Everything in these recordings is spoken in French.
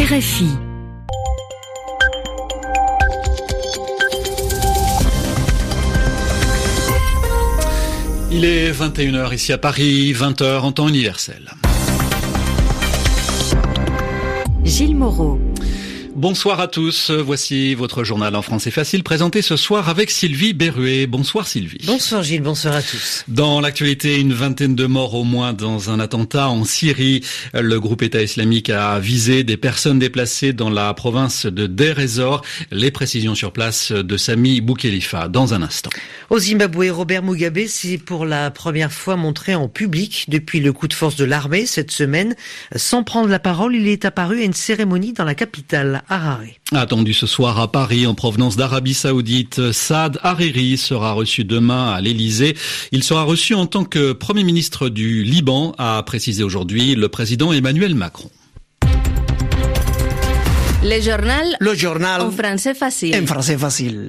RFI. Il est 21h ici à Paris, 20h en temps universel. Gilles Moreau. Bonsoir à tous, voici votre journal en français facile présenté ce soir avec Sylvie Berruet. Bonsoir Sylvie. Bonsoir Gilles, bonsoir à tous. Dans l'actualité, une vingtaine de morts au moins dans un attentat en Syrie. Le groupe État islamique a visé des personnes déplacées dans la province de Deir ez-Zor. Les précisions sur place de Sami Boukhelifa dans un instant. Au Zimbabwe, Robert Mugabe s'est pour la première fois montré en public depuis le coup de force de l'armée cette semaine. Sans prendre la parole, il est apparu à une cérémonie dans la capitale. Harare. Attendu ce soir à Paris en provenance d'Arabie Saoudite, Saad Hariri sera reçu demain à l'Elysée. Il sera reçu en tant que Premier ministre du Liban, a précisé aujourd'hui le président Emmanuel Macron. Le journal en français facile.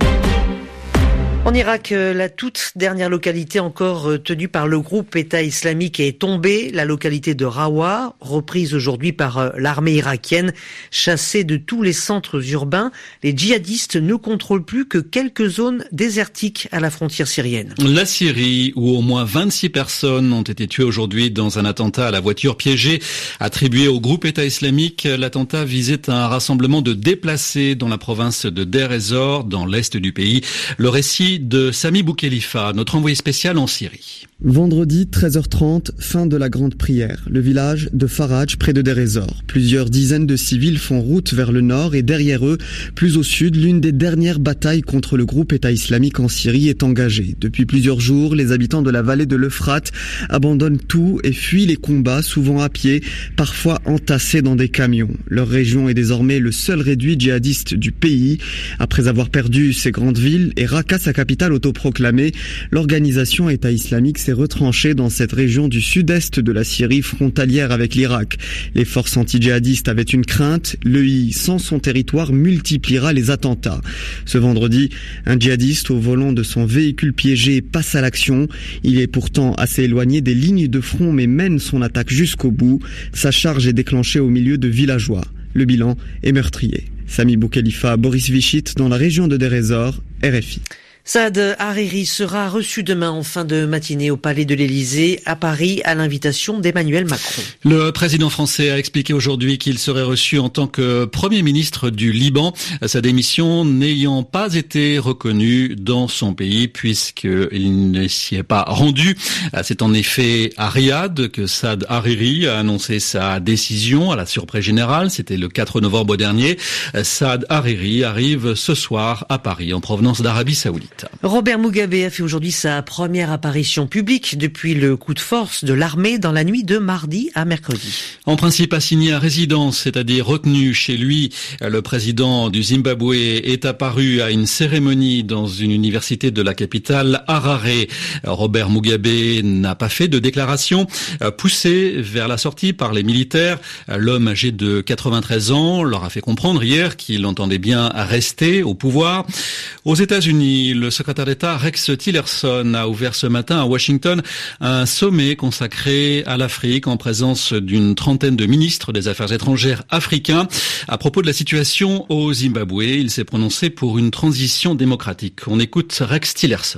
En Irak, la toute dernière localité encore tenue par le groupe État islamique est tombée. La localité de Rawa, reprise aujourd'hui par l'armée irakienne. Chassée de tous les centres urbains, les djihadistes ne contrôlent plus que quelques zones désertiques à la frontière syrienne. La Syrie, où au moins 26 personnes ont été tuées aujourd'hui dans un attentat à la voiture piégée attribué au groupe État islamique. L'attentat visait un rassemblement de déplacés dans la province de Deir ez-Zor, dans l'est du pays. Le récit de Sami Boukhelifa, notre envoyé spécial en Syrie. Vendredi 13h30, fin de la grande prière. Le village de Faraj, près de Deir ez-Zor. Plusieurs dizaines de civils font route vers le nord et derrière eux, plus au sud, l'une des dernières batailles contre le groupe État islamique en Syrie est engagée. Depuis plusieurs jours, les habitants de la vallée de l'Euphrate abandonnent tout et fuient les combats, souvent à pied, parfois entassés dans des camions. Leur région est désormais le seul réduit djihadiste du pays. Après avoir perdu ses grandes villes et Raqqa, sa capitale autoproclamée, l'organisation État islamique s'est retranchée dans cette région du sud-est de la Syrie frontalière avec l'Irak. Les forces anti-djihadistes avaient une crainte, l'EI sans son territoire multipliera les attentats. Ce vendredi, un djihadiste au volant de son véhicule piégé passe à l'action. Il est pourtant assez éloigné des lignes de front mais mène son attaque jusqu'au bout. Sa charge est déclenchée au milieu de villageois. Le bilan est meurtrier. Sami Boukhelifa, Boris Vichit, dans la région de Deir ez-Zor, RFI. Saad Hariri sera reçu demain en fin de matinée au Palais de l'Elysée à Paris à l'invitation d'Emmanuel Macron. Le président français a expliqué aujourd'hui qu'il serait reçu en tant que Premier ministre du Liban, sa démission n'ayant pas été reconnue dans son pays puisqu'il ne s'y est pas rendu. C'est en effet à Riyad que Saad Hariri a annoncé sa décision à la surprise générale. C'était le 4 novembre dernier. Saad Hariri arrive ce soir à Paris en provenance d'Arabie Saoudite. Robert Mugabe a fait aujourd'hui sa première apparition publique depuis le coup de force de l'armée dans la nuit de mardi à mercredi. En principe assigné à résidence, c'est-à-dire retenu chez lui, le président du Zimbabwe est apparu à une cérémonie dans une université de la capitale, Harare. Robert Mugabe n'a pas fait de déclaration. Poussé vers la sortie par les militaires, l'homme âgé de 93 ans leur a fait comprendre hier qu'il entendait bien rester au pouvoir. Aux États-Unis, le secrétaire d'État Rex Tillerson a ouvert ce matin à Washington un sommet consacré à l'Afrique en présence d'une trentaine de ministres des Affaires étrangères africains. À propos de la situation au Zimbabwe, il s'est prononcé pour une transition démocratique. On écoute Rex Tillerson.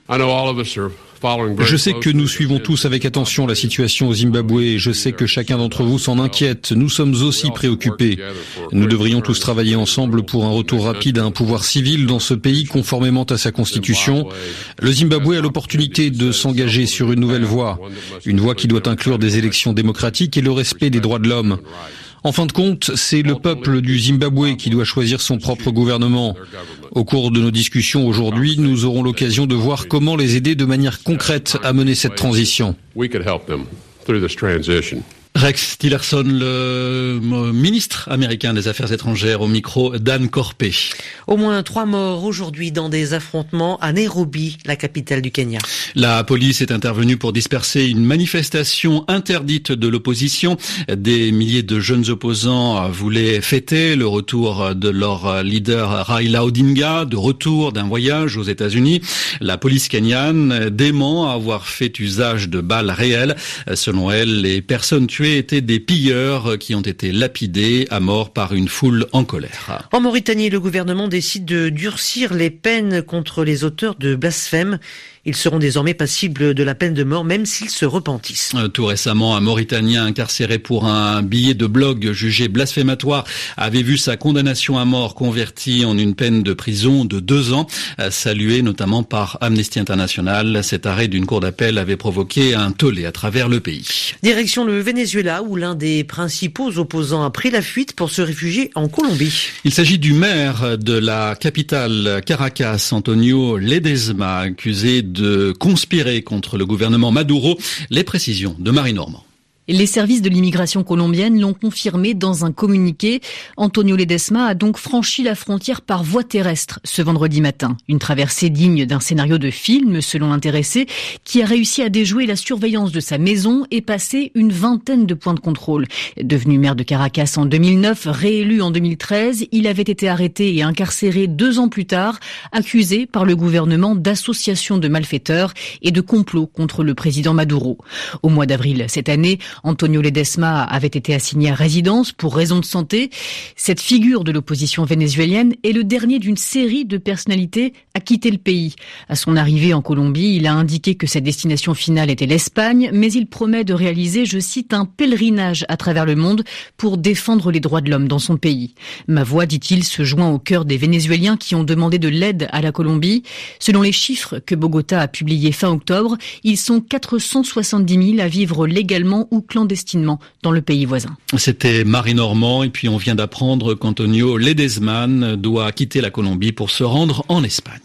Je sais que nous suivons tous avec attention la situation au Zimbabwe et je sais que chacun d'entre vous s'en inquiète. Nous sommes aussi préoccupés. Nous devrions tous travailler ensemble pour un retour rapide à un pouvoir civil dans ce pays conformément à sa constitution. Le Zimbabwe a l'opportunité de s'engager sur une nouvelle voie. Une voie qui doit inclure des élections démocratiques et le respect des droits de l'homme. En fin de compte, c'est le peuple du Zimbabwe qui doit choisir son propre gouvernement. Au cours de nos discussions aujourd'hui, nous aurons l'occasion de voir comment les aider de manière concrète à mener cette transition. Rex Tillerson, le ministre américain des Affaires étrangères, au micro d'Anne Corpé. Au moins 3 morts aujourd'hui dans des affrontements à Nairobi, la capitale du Kenya. La police est intervenue pour disperser une manifestation interdite de l'opposition. Des milliers de jeunes opposants voulaient fêter le retour de leur leader Raila Odinga, de retour d'un voyage aux États-Unis. La police kenyane dément avoir fait usage de balles réelles. Selon elle, les personnes tuées auraient été des pilleurs qui ont été lapidés à mort par une foule en colère. En Mauritanie, le gouvernement décide de durcir les peines contre les auteurs de blasphème. Ils seront désormais passibles de la peine de mort, même s'ils se repentissent. Tout récemment, un Mauritanien incarcéré pour un billet de blog jugé blasphématoire avait vu sa condamnation à mort convertie en une peine de prison de 2 ans, saluée notamment par Amnesty International. Cet arrêt d'une cour d'appel avait provoqué un tollé à travers le pays. Direction le Venezuela, où l'un des principaux opposants a pris la fuite pour se réfugier en Colombie. Il s'agit du maire de la capitale Caracas, Antonio Ledesma, accusé de conspirer contre le gouvernement Maduro. Les précisions de Marie Normand. Les services de l'immigration colombienne l'ont confirmé dans un communiqué. Antonio Ledesma a donc franchi la frontière par voie terrestre ce vendredi matin. Une traversée digne d'un scénario de film, selon l'intéressé, qui a réussi à déjouer la surveillance de sa maison et passer une 20aine de points de contrôle. Devenu maire de Caracas en 2009, réélu en 2013, il avait été arrêté et incarcéré 2 ans plus tard, accusé par le gouvernement d'association de malfaiteurs et de complot contre le président Maduro. Au mois d'avril cette année, Antonio Ledesma avait été assigné à résidence pour raison de santé. Cette figure de l'opposition vénézuélienne est le dernier d'une série de personnalités à quitter le pays. À son arrivée en Colombie, il a indiqué que sa destination finale était l'Espagne, mais il promet de réaliser, je cite, un pèlerinage à travers le monde pour défendre les droits de l'homme dans son pays. Ma voix, dit-il, se joint au cœur des Vénézuéliens qui ont demandé de l'aide à la Colombie. Selon les chiffres que Bogota a publiés fin octobre, ils sont 470 000 à vivre légalement ou clandestinement dans le pays voisin. C'était Marie Normand, et puis on vient d'apprendre qu'Antonio Ledesma doit quitter la Colombie pour se rendre en Espagne.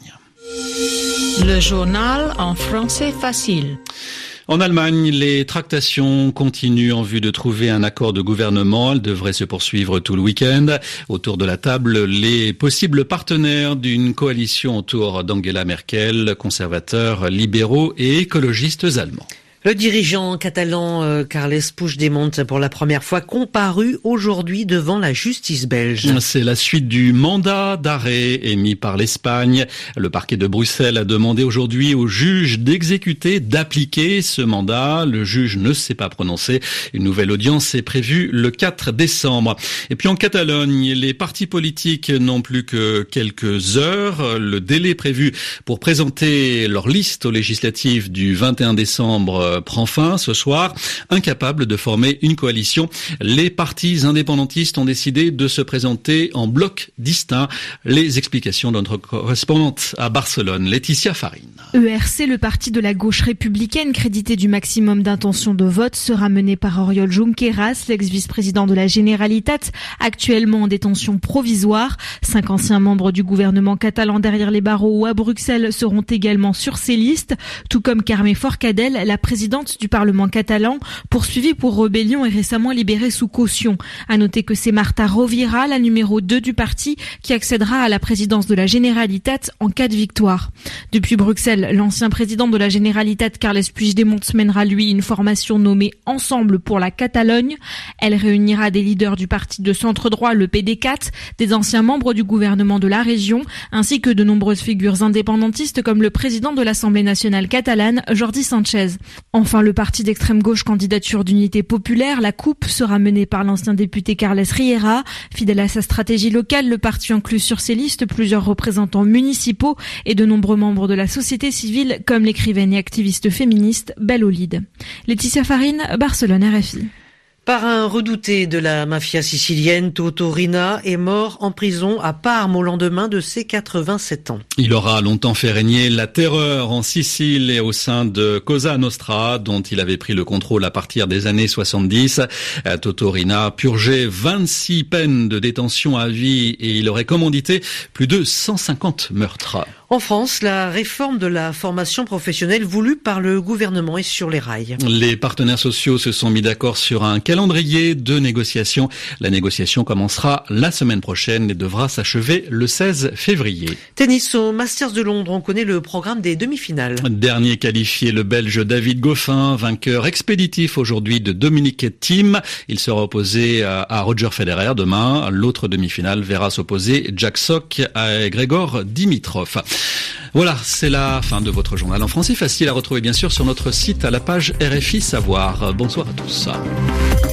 Le journal en français facile. En Allemagne, les tractations continuent en vue de trouver un accord de gouvernement. Elles devraient se poursuivre tout le week-end. Autour de la table, les possibles partenaires d'une coalition autour d'Angela Merkel, conservateurs, libéraux et écologistes allemands. Le dirigeant catalan Carles Puigdemont pour la première fois comparu aujourd'hui devant la justice belge. C'est la suite du mandat d'arrêt émis par l'Espagne. Le parquet de Bruxelles a demandé aujourd'hui au juge d'exécuter, d'appliquer ce mandat. Le juge ne s'est pas prononcé. Une nouvelle audience est prévue le 4 décembre. Et puis en Catalogne, les partis politiques n'ont plus que quelques heures. Le délai prévu pour présenter leur liste aux législatives du 21 décembre prend fin ce soir. Incapables de former une coalition, les partis indépendantistes ont décidé de se présenter en blocs distincts. Les explications de notre correspondante à Barcelone, Laetitia Farine. ERC, le parti de la gauche républicaine crédité du maximum d'intentions de vote, sera mené par Oriol Junqueras, l'ex-vice-président de la Generalitat, actuellement en détention provisoire. 5 anciens membres du gouvernement catalan derrière les barreaux ou à Bruxelles seront également sur ces listes, tout comme Carme Forcadell, la présidente du Parlement catalan, poursuivie pour rébellion et récemment libérée sous caution. À noter que c'est Marta Rovira, la numéro 2 du parti, qui accédera à la présidence de la Generalitat en cas de victoire. Depuis Bruxelles, l'ancien président de la Generalitat, Carles Puigdemont, mènera lui une formation nommée Ensemble pour la Catalogne. Elle réunira des leaders du parti de centre-droit, le PD4, des anciens membres du gouvernement de la région, ainsi que de nombreuses figures indépendantistes comme le président de l'Assemblée nationale catalane, Jordi Sánchez. Enfin, le parti d'extrême gauche Candidature d'unité populaire, la CUP, sera mené par l'ancien député Carles Riera. Fidèle à sa stratégie locale, le parti inclut sur ses listes plusieurs représentants municipaux et de nombreux membres de la société civile, comme l'écrivaine et activiste féministe Belle Olide. Laetitia Farine, Barcelone, RFI. Par un redouté de la mafia sicilienne, Toto Riina est mort en prison à Parme au lendemain de ses 87 ans. Il aura longtemps fait régner la terreur en Sicile et au sein de Cosa Nostra, dont il avait pris le contrôle à partir des années 70. Toto Riina purgeait 26 peines de détention à vie et il aurait commandité plus de 150 meurtres. En France, la réforme de la formation professionnelle voulue par le gouvernement est sur les rails. Les partenaires sociaux se sont mis d'accord sur un calendrier de négociation. La négociation commencera la semaine prochaine et devra s'achever le 16 février. Tennis au Masters de Londres, on connaît le programme des demi-finales. Dernier qualifié, le Belge David Goffin, vainqueur expéditif aujourd'hui de Dominic Thiem. Il sera opposé à Roger Federer demain. L'autre demi-finale verra s'opposer Jack Sock à Grégor Dimitrov. Voilà, c'est la fin de votre journal en français facile à retrouver bien sûr sur notre site à la page RFI Savoir. Bonsoir à tous.